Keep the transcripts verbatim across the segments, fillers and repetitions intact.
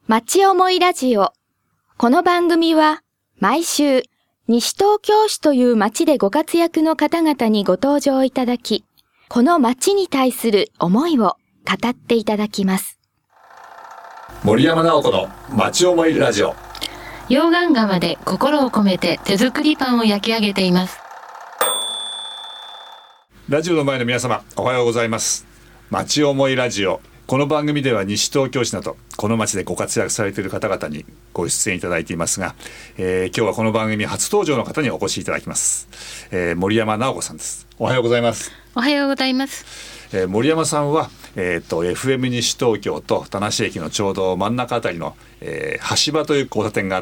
町思いラジオ。この番組は毎週西東京市という町でご活躍の方々にご登場いただき、この町に対する思いを語っていただきます。 森山直子の町思いラジオ。 溶岩窯で心を込めて手作りパンを焼き上げています。 ラジオの前の皆様、おはようございます。町思いラジオ。この番組では西東京市などこの町でご活躍されている方々にご出演いただいていますが、えー、今日はこの番組初登場の方にお越しいただきます、えー、森山直子さんです。おはようございます。 おはようございます。 えー、森山さんは、えー、と エフエム 西東京と田無駅のちょうど真ん中あたりの、えー、橋場という交差点があって、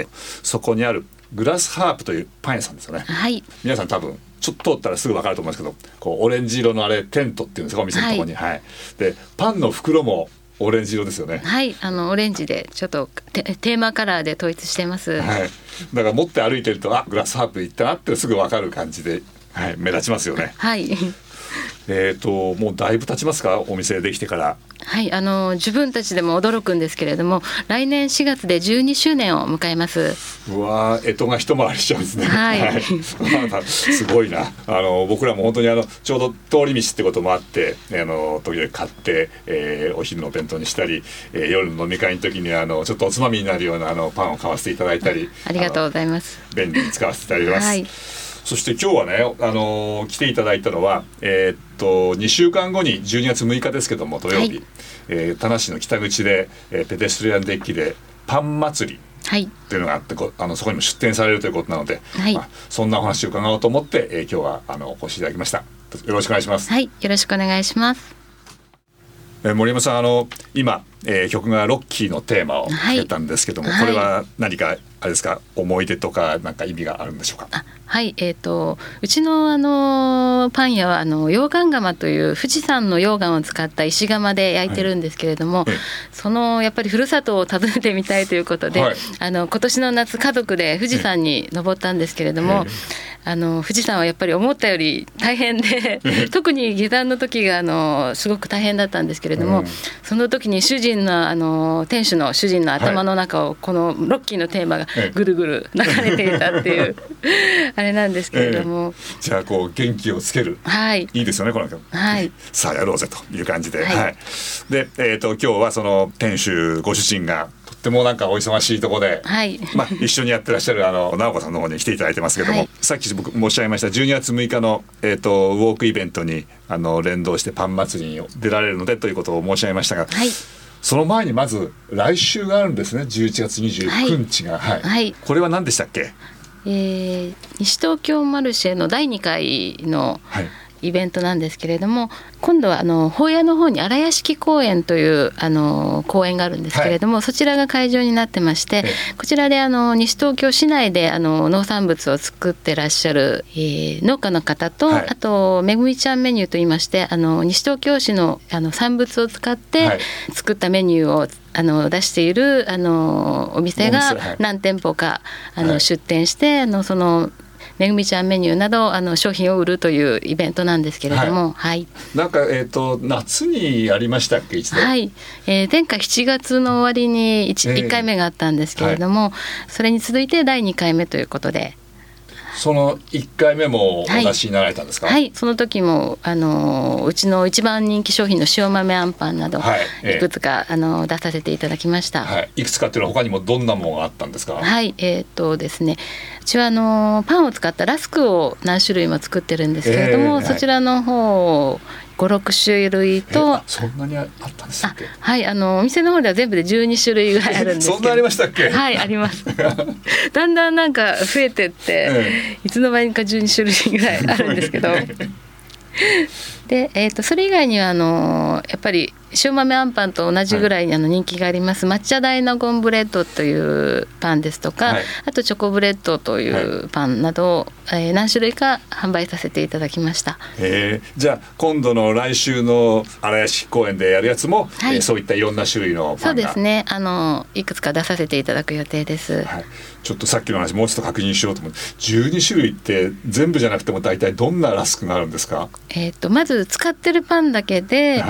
そこにあるグラスハープというパン屋さんですよね。 はい。 皆さん多分ちょっと通ったらすぐ分かると思うんですけど、こうオレンジ色のあれテントっていうんですか、お店のところに、はいはい、でパンの袋もオレンジ色ですよね。 はい、あのオレンジでちょっとテーマカラーで統一してます、 はい、だから持って歩いてると、あ、グラスハープ行ったなってすぐ分かる感じで、はい、目立ちますよね。 はいえーともうだいぶ経ちますか、お店できてから。 はい、あの自分たちでも驚くんですけれども、来年しがつでじゅうにしゅうねんを迎えます。 うわー、干支が一回りしちゃうんですね。 はい、はい、 すごいな。あの僕らも本当にあのちょうど通り道ってこともあって、あの時々買って、えー、お昼のお弁当にしたり、えー、夜の飲み会の時にはあのちょっとおつまみになるようなあのパンを買わせていただいたり、 ありがとうございます。 便利に使わせていただいてます、 はい。 そして今日はね、あのー、来ていただいたのは、えー、っとにしゅうかんごにじゅうにがつむいかですけども、土曜日、はい、えー、田無の北口で、えー、ペデストリアンデッキでパン祭りっていうのがあって、はい、あのそこにも出店されるということなので、はい、まあ、そんなお話を伺おうと思って、えー、今日はあのお越しいただきました。よろしくお願いします。 はい、よろしくお願いします。 えー、森山さん、あの今、えー、曲がロッキーのテーマをかけたんですけども、はい、これは何かあれですか、思い出とか何か意味があるんでしょうか。 あ、はい、えーと、うちの、あのパン屋はあの溶岩窯という富士山の溶岩を使った石窯で焼いてるんですけれども、はい、そのやっぱりふるさとを訪ねてみたいということで、はい、あの今年の夏家族で富士山に登ったんですけれども、あの富士山はやっぱり思ったより大変で特に下山の時があのすごく大変だったんですけれども、うん、その時に主人の、あの店主の主人の頭の中をこのロッキーのテーマがぐるぐる流れていたっていうあれなんですけれども、 えー、じゃあこう元気をつける、はい、いいですよねこの曲、 はい、 さあやろうぜという感じで、 はいはい、で、えーと、今日はその店主ご主人がとってもなんかお忙しいところで、はい、まあ、一緒にやってらっしゃるあの直子さんの方に来ていただいてますけども、はい、さっき僕申し上げましたじゅうにがつむいかの、えーと、ウォークイベントにあの連動してパン祭りに出られるのでということを申し上げましたが、はい、その前にまず来週があるんですね。じゅういちがつにじゅうくにちが、はいはい、これは何でしたっけ。 えー、西東京マルシェのだいにかいのイベントなんですけれども、はい、今度はあの宝屋の方に荒屋敷公園というあの公園があるんですけれども、はい、そちらが会場になってまして、こちらであの西東京市内であの農産物を作ってらっしゃる、えー、農家の方と、はい、あとめぐみちゃんメニューといいまして、あの西東京市のあの産物を使って作ったメニューをあの出しているあのお店が何店舗かあの出店して、あのそのめぐみちゃんメニューなどあの商品を売るというイベントなんですけれども、はい、 なんか、えーと、夏にやりましたっけ、一度。 はい、えー、前回しちがつの終わりに 1,、えー、いっかいめがあったんですけれども、はい、それに続いてだいにかいめということで、 そのいっかいめもお出しになられたんですか。 はい、はい、その時もあのうちの一番人気商品の塩豆あんパンなど、はい、えー、いくつかあの出させていただきました。 はい、いくつかっていうのは他にもどんなものがあったんですか。 はい、えーとですね、うちはあのパンを使ったラスクを何種類も作ってるんですけれども、えー、そちらの方をご、ろくしゅるいと、 えー、そんなにあったんですっけ。 はい、あのお店の方では全部でじゅうにしゅるいぐらいあるんですけど。 そんなありましたっけ。 はい、ありますだんだんなんか増えてって、えー、いつの間にかじゅうにしゅるいぐらいあるんですけどで、えーと、それ以外にはあのやっぱり塩豆あんパンと同じぐらいにあの人気があります、はい、抹茶ダイナゴンブレッドというパンですとか、はい、あとチョコブレッドというパンなど、はい、えー、何種類か販売させていただきました。 へー、じゃあ今度の来週の荒屋敷公園でやるやつも、はい、えー、そういったいろんな種類のパンが。 そうですね、あのいくつか出させていただく予定です。 はい、ちょっとさっきの話もうちょっと確認しようと思って、じゅうにしゅるいって全部じゃなくても大体どんなラスクがあるんですか。 えーと、まず使ってるパンだけで、はい、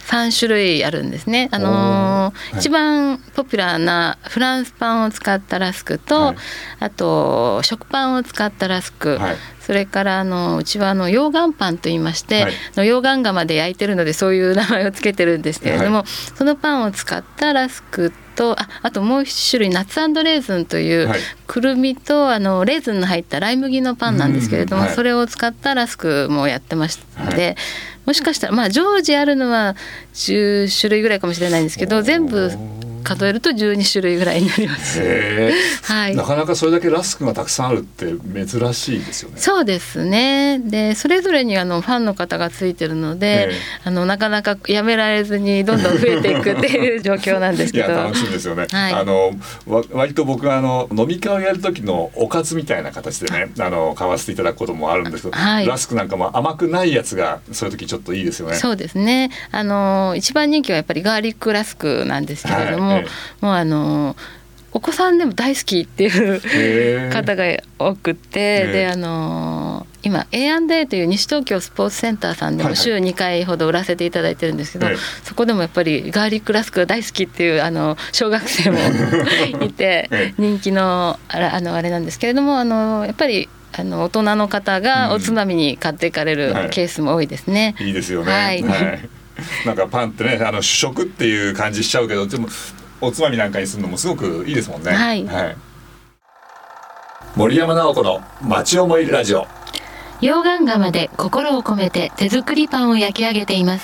さん種類あるんですね。あのーはい、一番ポピュラーなフランスパンを使ったラスクと、はい、あと食パンを使ったラスク、はい、それからあのうちはあの溶岩パンといいまして、はい、の溶岩窯で焼いてるのでそういう名前をつけてるんですけれども、はい、そのパンを使ったラスクと あ, あともう一種類ナッツ&レーズンという、はい、くるみとあのレーズンの入ったライ麦のパンなんですけれども、はい、それを使ったラスクもやってましたので、はい、もしかしたらまあ常時あるのはじゅっしゅるいぐらいかもしれないんですけど、全部数えるとじゅうにしゅるいぐらいになります。 へー、はい、なかなかそれだけラスクがたくさんあるって珍しいですよね。 そうですね。でそれぞれにあのファンの方がついてるので、あのなかなかやめられずにどんどん増えていくっていう状況なんですけどいや楽しいんですよね、はい、あのわ割と僕はあの飲み会をやる時のおかずみたいな形でね、あの買わせていただくこともあるんですけど、はい、ラスクなんかも甘くないやつがそういう時ちょっといいですよね。 そうですね。あの一番人気はやっぱりガーリックラスクなんですけれども、はい、もうあのお子さんでも大好きっていう方が多くて、であの今 エーアンドエー という西東京スポーツセンターさんでも週にかいほど売らせていただいてるんですけど、はいはい、そこでもやっぱりガーリックラスクが大好きっていうあの小学生もいて人気のあれ、あのあれなんですけれども、あのやっぱりあの大人の方がおつまみに買っていかれるケースも多いですね、 うんはい、いいですよね、はいはい、なんかパンってねあの主食っていう感じしちゃうけど、でもおつまみなんかにするのもすごくいいですもんね。はい、はい、森山直子の町思いラジオ。 溶岩窯で心を込めて手作りパンを焼き上げています。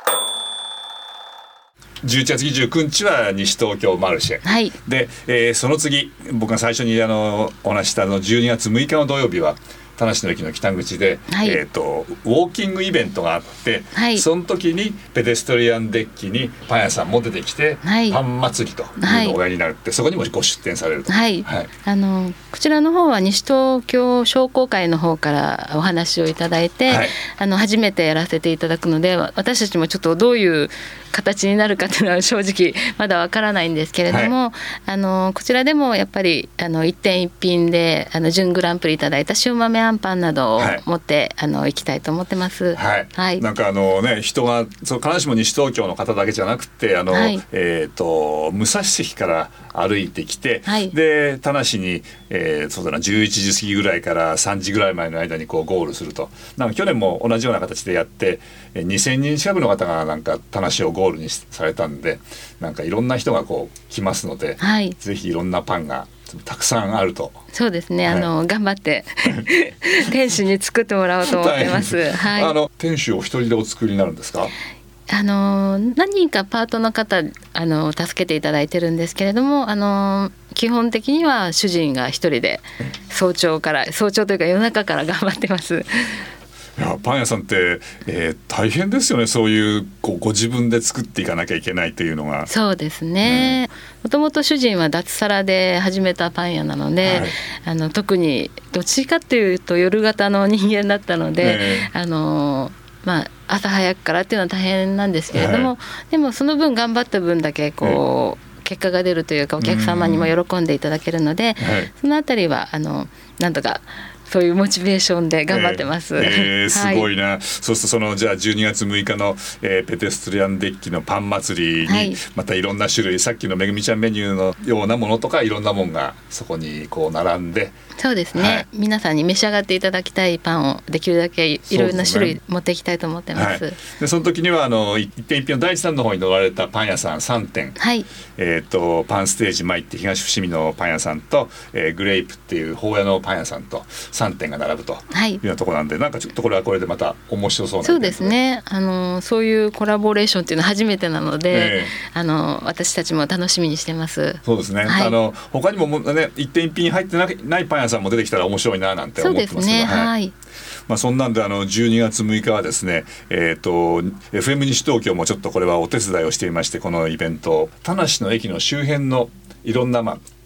じゅういちがつにじゅうくにちは西東京マルシェ、はい、で、えー、その次僕が最初にあのお話したのじゅうにがつむいかの土曜日は田無の駅の北口で、はい、えー、とウォーキングイベントがあって、はい、その時にペデストリアンデッキにパン屋さんも出てきて、はい、パン祭りというのをおやりになるって、はい、そこにもご出店されると、はいはい、 あのこちらの方は西東京商工会の方からお話をいただいて、はい、あの初めてやらせていただくので、私たちもちょっとどういう形になるかというのは正直まだわからないんですけれども、はい、あのこちらでもやっぱりあの一点一品であの準グランプリいただいた塩豆あんパンなどを持って、はい、あの行きたいと思ってます。 はい、はい、なんかあのね人がそう必ずしも西東京の方だけじゃなくてあの、はい、えー、と武蔵関から歩いてきて、はい、で田無に、えー、そうだなじゅういちじ過ぎぐらいからさんじぐらい前の間にこうゴールすると、なんか去年も同じような形でやってにせんにん近くの方がなんか田無をゴールにされたんで、なんかいろんな人がこう来ますので、はい、ぜひいろんなパンがたくさんあると。 そうですね、はい、あの頑張って店主に作ってもらおうと思ってます、はい、 あの店主お一人でお作りになるんですか？ あの何人かパートの方あの助けていただいてるんですけれども、あの基本的には主人が一人で早朝から早朝というか夜中から頑張ってます。 いやパン屋さんって、えー、大変ですよね。そういうこうご自分で作っていかなきゃいけないっていうのが。 そうですね、もともと主人は脱サラで始めたパン屋なので、はい、あの特にどっちかっていうと夜型の人間だったので、ね、あのまあ、朝早くからっていうのは大変なんですけれども、はい、でもその分頑張った分だけこう、ね、結果が出るというかお客様にも喜んでいただけるので、はい、そのあたりはあのなんとかそういうモチベーションで頑張ってます、 えーえー、すごいな、はい、そうするとそのじゃあじゅうにがつむいかの、えー、ペデストリアンデッキのパン祭りにまたいろんな種類、はい、さっきのめぐみちゃんメニューのようなものとかいろんなものがそこにこう並んで、 そうですね、はい、皆さんに召し上がっていただきたいパンをできるだけいろいろな種類持っていきたいと思ってます。 そうですね、はい、でその時にはあの一点一品の第一弾の方に乗られたパン屋さんさんてん、はい、えー、とパンステージ前って東伏見のパン屋さんと、えー、グレイプっていう宝屋のパン屋さんとさんてんが並ぶというようなところなんで、なんかちょっとこれはこれでまた面白そうな。 そうですね、あのそういうコラボレーションっていうのは初めてなので、えー、あの私たちも楽しみにしてます。 そうですね、はい、あの他にもね一点一品入ってないパン屋さんも出てきたら面白いななんて思ってますけど、そうですね、はいはい、まあ、そんなんであのじゅうにがつむいかはですね、えー、と エフエム 西東京もちょっとこれはお手伝いをしていまして、このイベント田無の駅の周辺のいろんな、まあ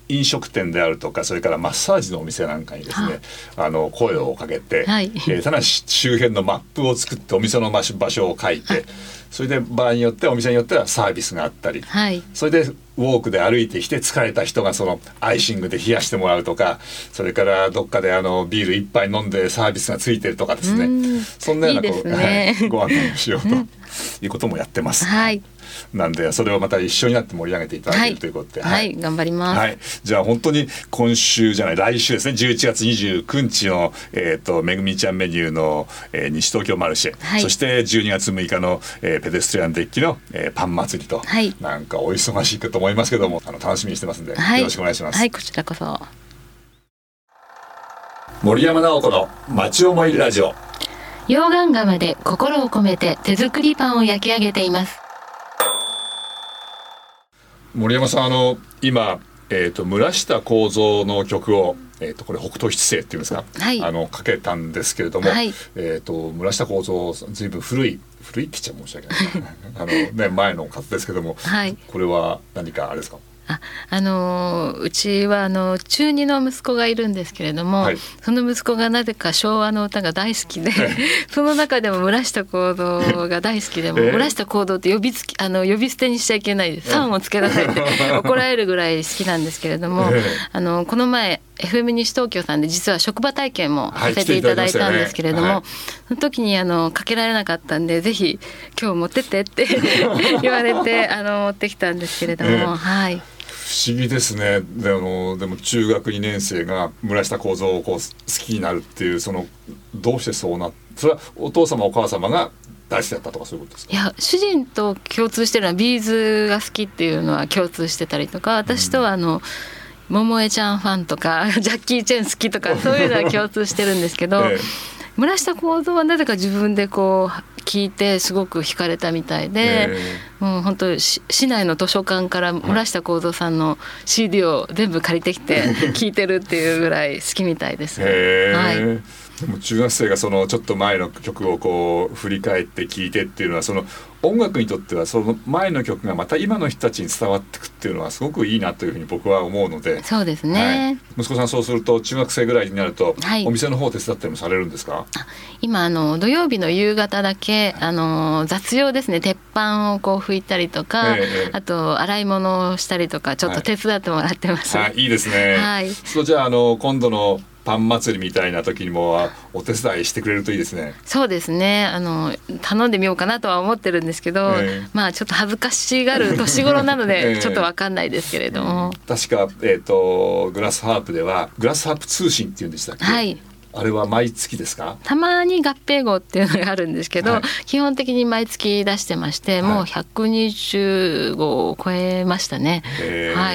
飲食店であるとかそれからマッサージのお店なんかにですねあの声をかけて、はいえー、ただし周辺のマップを作ってお店の場所を書いてそれで場合によってはお店によってはサービスがあったり、はい、それでウォークで歩いてきて疲れた人がそのアイシングで冷やしてもらうとかそれからどっかであのビール一杯飲んでサービスがついてるとかですねそんなようなこういいですね、はい、ご案内をしようということもやってます、はいなんでそれをまた一緒になって盛り上げていただけるということで、 はいはいはい、頑張ります、はい、 じゃあ本当に今週じゃない来週ですねじゅういちがつにじゅうくにちの、えー、とめぐみちゃんメニューの、えー、西東京マルシェ、はい、そしてじゅうにがつむいかの、えー、ペデストリアンデッキの、えー、パン祭りと、はい、なんかお忙しいかと思いますけどもあの楽しみにしてますんで、はい、よろしくお願いします。 はい、こちらこそ。 森山直子の町思いラジオ。 溶岩窯で心を込めて手作りパンを焼き上げています。 森山さんあの今、えー、と村下幸三の曲を、えー、とこれ北斗七星っていうんですか、はい、あのかけたんですけれども、はいえー、と村下幸三ずいぶん古い古いって言っちゃ申し訳ないあの、ね、前の方ですけども、はい、これは何かあれですか。 あ、あのー、うちはあの中にの息子がいるんですけれども、はい、その息子がなぜか昭和の歌が大好きでその中でも村下幸三が大好きでも、えー、村下幸三って呼びつきあの呼び捨てにしちゃいけないですさんをつけなさいって怒られるぐらい好きなんですけれども、えー、あのこの前 エフエム 西東京さんで実は職場体験もさせていただいたんですけれども、はいねはい、その時にあのかけられなかったんでぜひ今日持ってってって言われてあの持ってきたんですけれども、えー、はい不思議ですね。で、あのでも中学にねん生が村下幸三をこう好きになるっていうそのどうしてそうなそれはお父様お母様が大好きだったとかそういうことですか。 いや主人と共通してるのはビーズが好きっていうのは共通してたりとか私とはあの、うん、桃江ちゃんファンとかジャッキー・チェン好きとかそういうのは共通してるんですけど、ええ、村下幸三はなぜか自分でこう聞いてすごく惹かれたみたいで、えー、もう本当市内の図書館から村下幸三さんの シーディー を全部借りてきて聞いてるっていうぐらい好きみたいです、 えーはい、でも中学生がそのちょっと前の曲をこう振り返って聞いてっていうのはその音楽にとってはその前の曲がまた今の人たちに伝わってくっていうのはすごくいいなというふうに僕は思うので。 そうですね、 はい、息子さんそうすると中学生ぐらいになると、はい、お店の方手伝ったりもされるんですか。 今あの土曜日の夕方だけあの雑用ですね鉄板をこう拭いたりとか、えー、あと洗い物をしたりとかちょっと手伝ってもらってます、 はい、あいいですね、はい、そうじゃあ、あの今度のパン祭りみたいな時にもお手伝いしてくれるといいですね。 そうですねあの頼んでみようかなとは思ってるんですけど、えー、まあちょっと恥ずかしがる年頃なのでちょっと分かんないですけれども、 えー、確か、えーと、グラスハープではグラスハープ通信っていうんでしたっけ。はいあれは毎月ですか。 たまに合併号っていうのがあるんですけど、はい、基本的に毎月出してまして、はい、もうひゃくにじゅうごを超えましたね、 はい、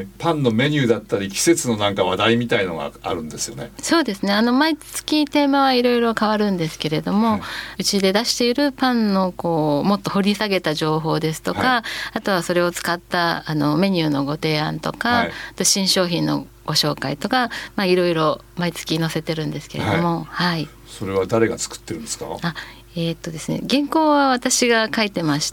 パンのメニューだったり季節のなんか話題みたいのがあるんですよね。 そうですねあの毎月テーマはいろいろ変わるんですけれども、はい、うちで出しているパンのこうもっと掘り下げた情報ですとか、はい、あとはそれを使ったあのメニューのご提案とか、はい、あと新商品のご紹介とか、まあ、いろいろ毎月載せてるんですけれども、はいはい、 それは誰が作ってるんですか。 あえーっとですね、原稿は私が書いてまして、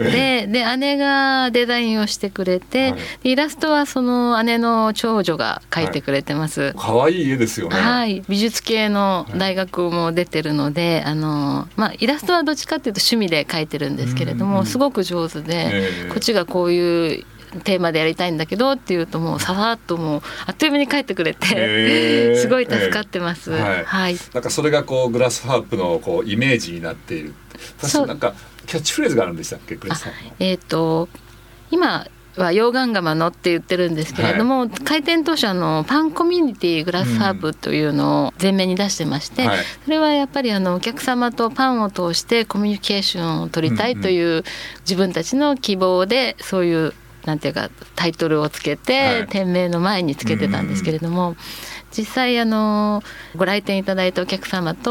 で姉がデザインをしてくれて、はい、イラストはその姉の長女が描いてくれてます。 可愛、はい、いい絵ですよね、 はい、美術系の大学も出てるので、はい、あのまあ、イラストはどっちかっていうと趣味で描いてるんですけれども、すごく上手で、えー、こっちがこういうテーマでやりたいんだけどっていうともうささっともうあっという間に帰ってくれて、えー、すごい助かってます、えーはいはい、 なんかそれがこうグラスハープのこうイメージになっている。確かなんかキャッチフレーズがあるんでしたっけ。グラスハープのえーと今は溶岩窯のって言ってるんですけれども、はい、開店当初のパンコミュニティグラスハープというのを前面に出してまして、うんはい、それはやっぱりあのお客様とパンを通してコミュニケーションを取りたいという、うんうん、自分たちの希望でそういうなんていうかタイトルをつけて、はい、店名の前につけてたんですけれども、うんうん、実際あのご来店いただいたお客様と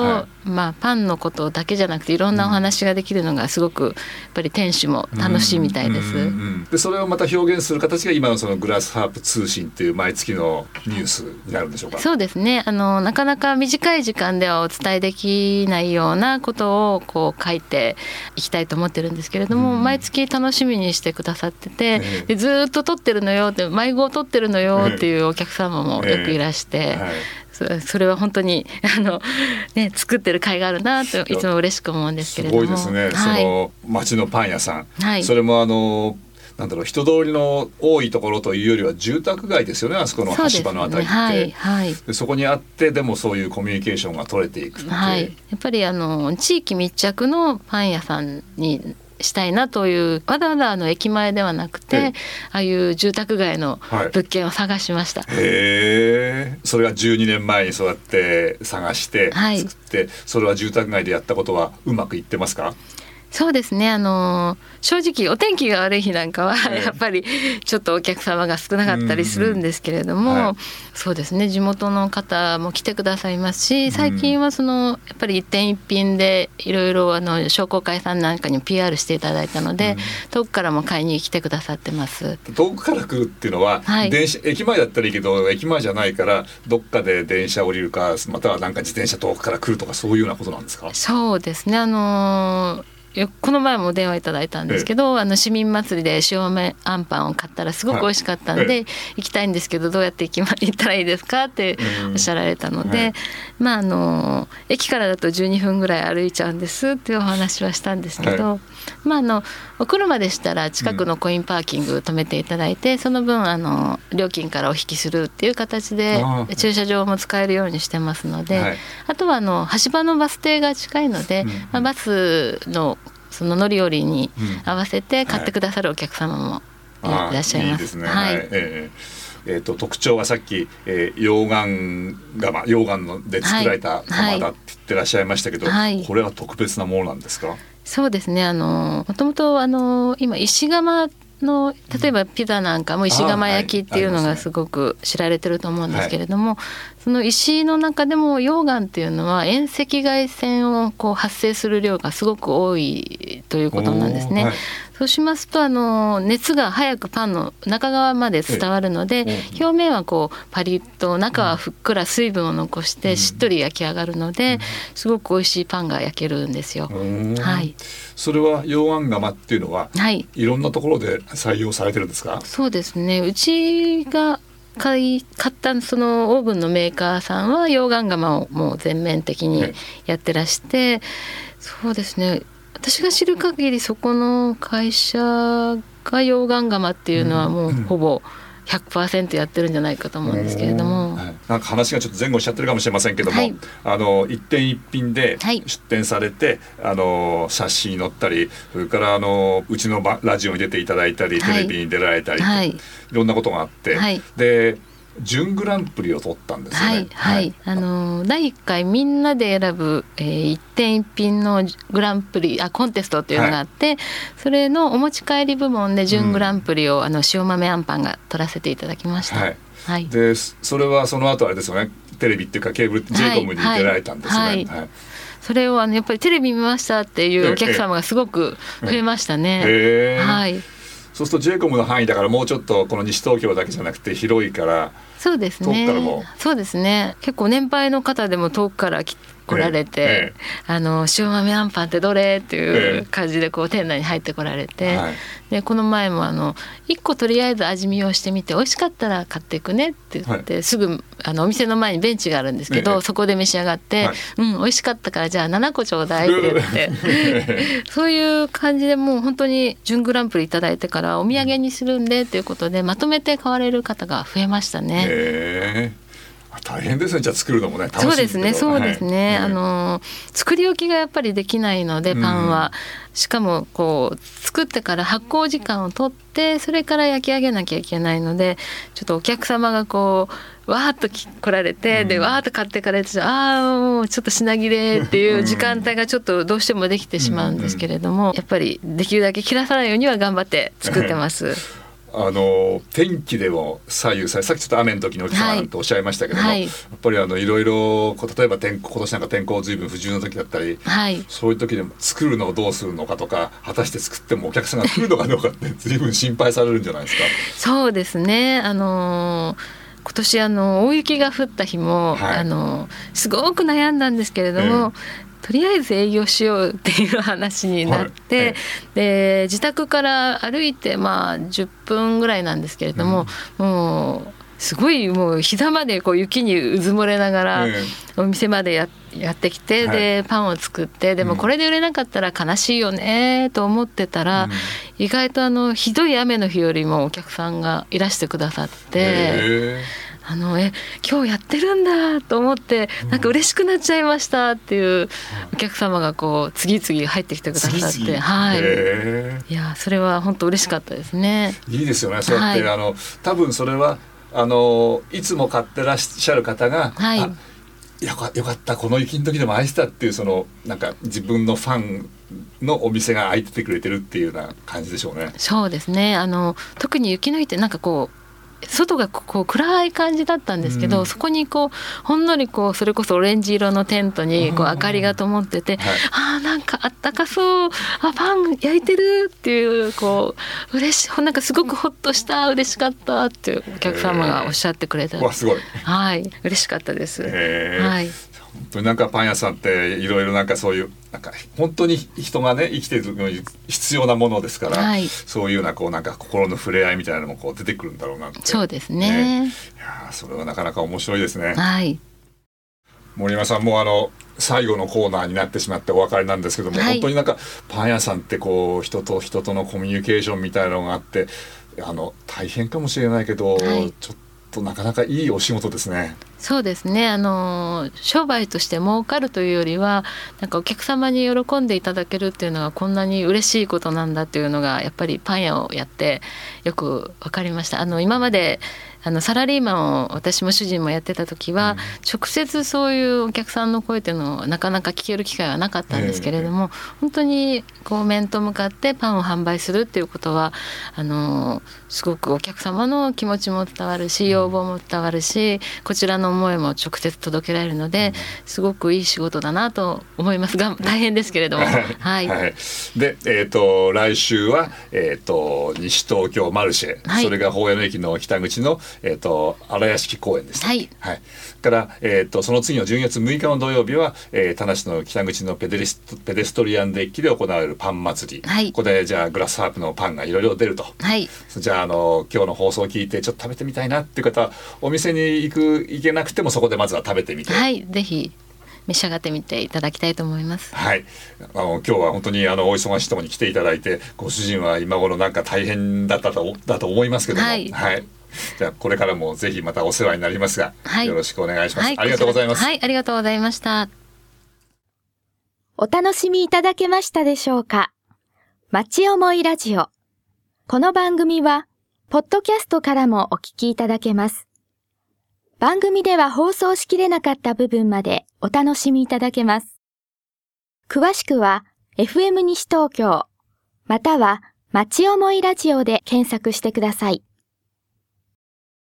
まあ、パンのことだけじゃなくていろんなお話ができるのがすごくやっぱり店主も楽しいみたいです。 うんうんうん、でそれをまた表現する形が今のそのグラスハープ通信っていう毎月のニュースになるんでしょうか。 そうですね、あのなかなか短い時間ではお伝えできないようなことをこう書いていきたいと思ってるんですけれども、うん、毎月楽しみにしてくださってて、えー、でずっと撮ってるのよって迷子を撮ってるのよっていうお客様もよくいらして、えーえーはいそれは本当にあの、ね、作ってる甲斐があるなといつも嬉しく思うんですけれども。 すごいですね、はい、その町のパン屋さん、はい、それもあのなんだろう人通りの多いところというよりは住宅街ですよね、あそこの橋場のあたりって。 そ,、ねはいはい、でそこにあってでもそういうコミュニケーションが取れていくって、 はい、やっぱりあの地域密着のパン屋さんにしたいなという、わざわざあの駅前ではなくてああいう住宅街の物件を探しました、はい、 へー、それがじゅうにねんまえにそうやって探して作って、はい、それは住宅街でやったことはうまくいってますか？ そうですね、あの正直お天気が悪い日なんかはやっぱりちょっとお客様が少なかったりするんですけれども、うんうんはい、そうですね、地元の方も来てくださいますし、最近はそのやっぱり一点一品でいろいろあの商工会さんなんかに ピーアール していただいたので、うん、遠くからも買いに来てくださってます。 遠くから来るっていうのは、はい、電車駅前だったらいいけど駅前じゃないからどっかで電車降りるか、またはなんか自転車遠くから来るとかそういうようなことなんですか？ そうですね、あのこの前も電話いただいたんですけど、ええ、あの市民祭りで塩豆あんパンを買ったらすごく美味しかったんで、はいええ、行きたいんですけどどうやって行き、ま、行ったらいいですかっておっしゃられたので、はい、まああの駅からだとじゅうにふんぐらい歩いちゃうんですっていうお話はしたんですけど、はい、まああのお車でしたら近くのコインパーキング止めていただいて、うん、その分あの料金からお引きするっていう形で駐車場も使えるようにしてますので、はい、あとはあの橋場のバス停が近いので、うんまあ、バスのその乗り降りに合わせて買ってくださるお客様もいらっしゃいます。いいですね、はいはいえーえー、と特徴はさっき、えー、溶岩窯溶岩ので作られた窯だって言ってらっしゃいましたけど、はいはい、これは特別なものなんですか？ そうですね、あのもともとあの今石窯の例えばピザなんかも石窯焼きっていうのがすごく知られてると思うんですけれども、はい、その石の中でも溶岩っていうのは遠赤外線をこう発生する量がすごく多いということなんですね、はい、そうしますとあの熱が早くパンの中側まで伝わるので、表面はこうパリッと中はふっくら水分を残してしっとり焼き上がるので、すごく美味しいパンが焼けるんですよ、はい、 それは溶岩窯っていうのは、はい、いろんなところで採用されてるんですか？ そうですね、うちが買い買ったそのオーブンのメーカーさんは溶岩窯をもう全面的にやってらして、そうですね、私が知る限りそこの会社が溶岩窯っていうのはもうほぼ ひゃくパーセント やってるんじゃないかと思うんですけれども、 はい、なんか話がちょっと前後しちゃってるかもしれませんけども、はい、あの一点一品で出展されて、はい、あの冊子に載ったり、それからあのうちのラジオに出ていただいたり、はい、テレビに出られたりと、はい、いろんなことがあって、はい、で準グランプリを取ったんですよね。はいはい、あのだいいっかいみんなで選ぶ、えー、一点一品のグランプリあコンテストっていうのがあって、はい、それのお持ち帰り部門で準グランプリを、うん、あの塩豆あんパンが取らせていただきました。はいはい、でそれはその後あれですよね、テレビっていうかケーブル ジェイコムに出られたんですね。はいはいはい、 それをあのやっぱりテレビ見ましたっていうお客様がすごく増えましたね。へー、はい、 そうすると ジェイコム の範囲だからもうちょっとこの西東京だけじゃなくて広いから、 そうですね、 遠くからもそうですね、結構年配の方でも遠くから来来られて、ええ、あの塩豆あんパンってどれっていう感じでこう店内に入ってこられて、はい、でこの前もあのいっことりあえず味見をしてみて美味しかったら買っていくねって言って、はい、すぐあのお店の前にベンチがあるんですけど、え、そこで召し上がって、はい、うん美味しかったからじゃあななこちょうだいって言ってそういう感じでもう本当に準グランプリいただいてからお土産にするんでっていうことでまとめて買われる方が増えましたね。 へー、大変ですね。じゃあ作るのもね楽しい。 そうですね、そうですね、はい、あの作り置きがやっぱりできないのでパンは、うん、しかもこう作ってから発酵時間を取ってそれから焼き上げなきゃいけないので、ちょっとお客様がこうわーっと来られて、うん、でわーっと買ってからああもうちょっと品切れっていう時間帯がちょっとどうしてもできてしまうんですけれども、うんうん、やっぱりできるだけ切らさないようには頑張って作ってます。 あの天気でも左右され、さっきちょっと雨の時にお客様なんておっしゃいましたけども、はい、やっぱりあのいろいろ例えば天候今年なんか天候ずいぶん不順の時だったり、はい、そういう時でも作るのをどうするのかとか、果たして作ってもお客さんが来るのかどうかってずいぶん心配されるんじゃないですか。 そうですね、あのー今年あの大雪が降った日も、はい、あのすごく悩んだんですけれども、えー、とりあえず営業しようっていう話になって、はい、で自宅から歩いてまあじゅっぷんぐらいなんですけれども、うん、もうすごいもう膝までこう雪にうずもれながらお店まで や, やってきて、はい、でパンを作って、でもこれで売れなかったら悲しいよねと思ってたら、うん、意外とあのひどい雨の日よりもお客さんがいらしてくださって、あのえ今日やってるんだと思ってなんか嬉しくなっちゃいましたっていうお客様がこう次々入ってきてくださって、次々、はい、いやそれは本当嬉しかったですね。 いいですよね、そうやって、はい、あの多分それはあのいつも買ってらっしゃる方が、はい、あよか、よかったこの雪の時でも愛したっていう、そのなんか自分のファンのお店が開いててくれてるっていうような感じでしょうね。 そうですね、あの特に雪の日ってなんかこう外がこう暗い感じだったんですけど、うん、そこにこうほんのりこうそれこそオレンジ色のテントにこう明かりが灯ってて、はい、あーなんかあったかそう、あパン焼いてるっていうこう嬉しい、なんかすごくほっとした、嬉しかったっていうお客様がおっしゃってくれた、 わすごい、 はい嬉しかったです。 はい、本当になんかパン屋さんっていろいろなんかそういうなんか本当に人がね生きてるのに必要なものですから、はい、そういうようなこうなんか心の触れ合いみたいなのもこう出てくるんだろうなって。 そうですね、 ね、いやそれはなかなか面白いですね。 はい、 森山さんもあの最後のコーナーになってしまってお別れなんですけども、はい、本当になんかパン屋さんってこう人と人とのコミュニケーションみたいなのがあって、あの大変かもしれないけど、はい、ちょっとなかなかいいお仕事ですね。 そうですね、あの商売として儲かるというよりはなんかお客様に喜んでいただけるっていうのがこんなに嬉しいことなんだっていうのがやっぱりパン屋をやってよく分かりました。あの今まであのサラリーマンを私も主人もやってた時は、うん、直接そういうお客さんの声っていうのをなかなか聞ける機会はなかったんですけれども、えー、本当にこう面と向かってパンを販売するっていうことはあのすごくお客様の気持ちも伝わるし、要望も伝わるし、こちらの思いも直接届けられるので、すごくいい仕事だなと思いますが大変ですけれどもはい、はい、 で、えー、と来週は、えー、と西東京マルシェ、はい、それが宝谷の駅の北口のえー、と荒屋敷公園です、 はいはい、から、えー、とその次のじゅうにがつむいかの土曜日は、えー、田無の北口のペデリスト、ペデストリアンデッキで行われるパン祭り、はい、ここでじゃあグラスハープのパンがいろいろ出ると、 はい、 じゃあ、あの今日の放送を聞いてちょっと食べてみたいなっていう方はお店に行く行けなくてもそこでまずは食べてみて、 はい、ぜひ召し上がってみていただきたいと思います。 はい、あの今日は本当にあのお忙しいところに来ていただいて、ご主人は今頃なんか大変だったとだと思いますけども、はい、はい、じゃあこれからもぜひまたお世話になりますが、はい、よろしくお願いします、はい、ありがとうございます。 はい、ありがとうございました。 お楽しみいただけましたでしょうか。町思いラジオ。この番組はポッドキャストからもお聞きいただけます。番組では放送しきれなかった部分までお楽しみいただけます。詳しくは エフエム 西東京または町思いラジオで検索してください。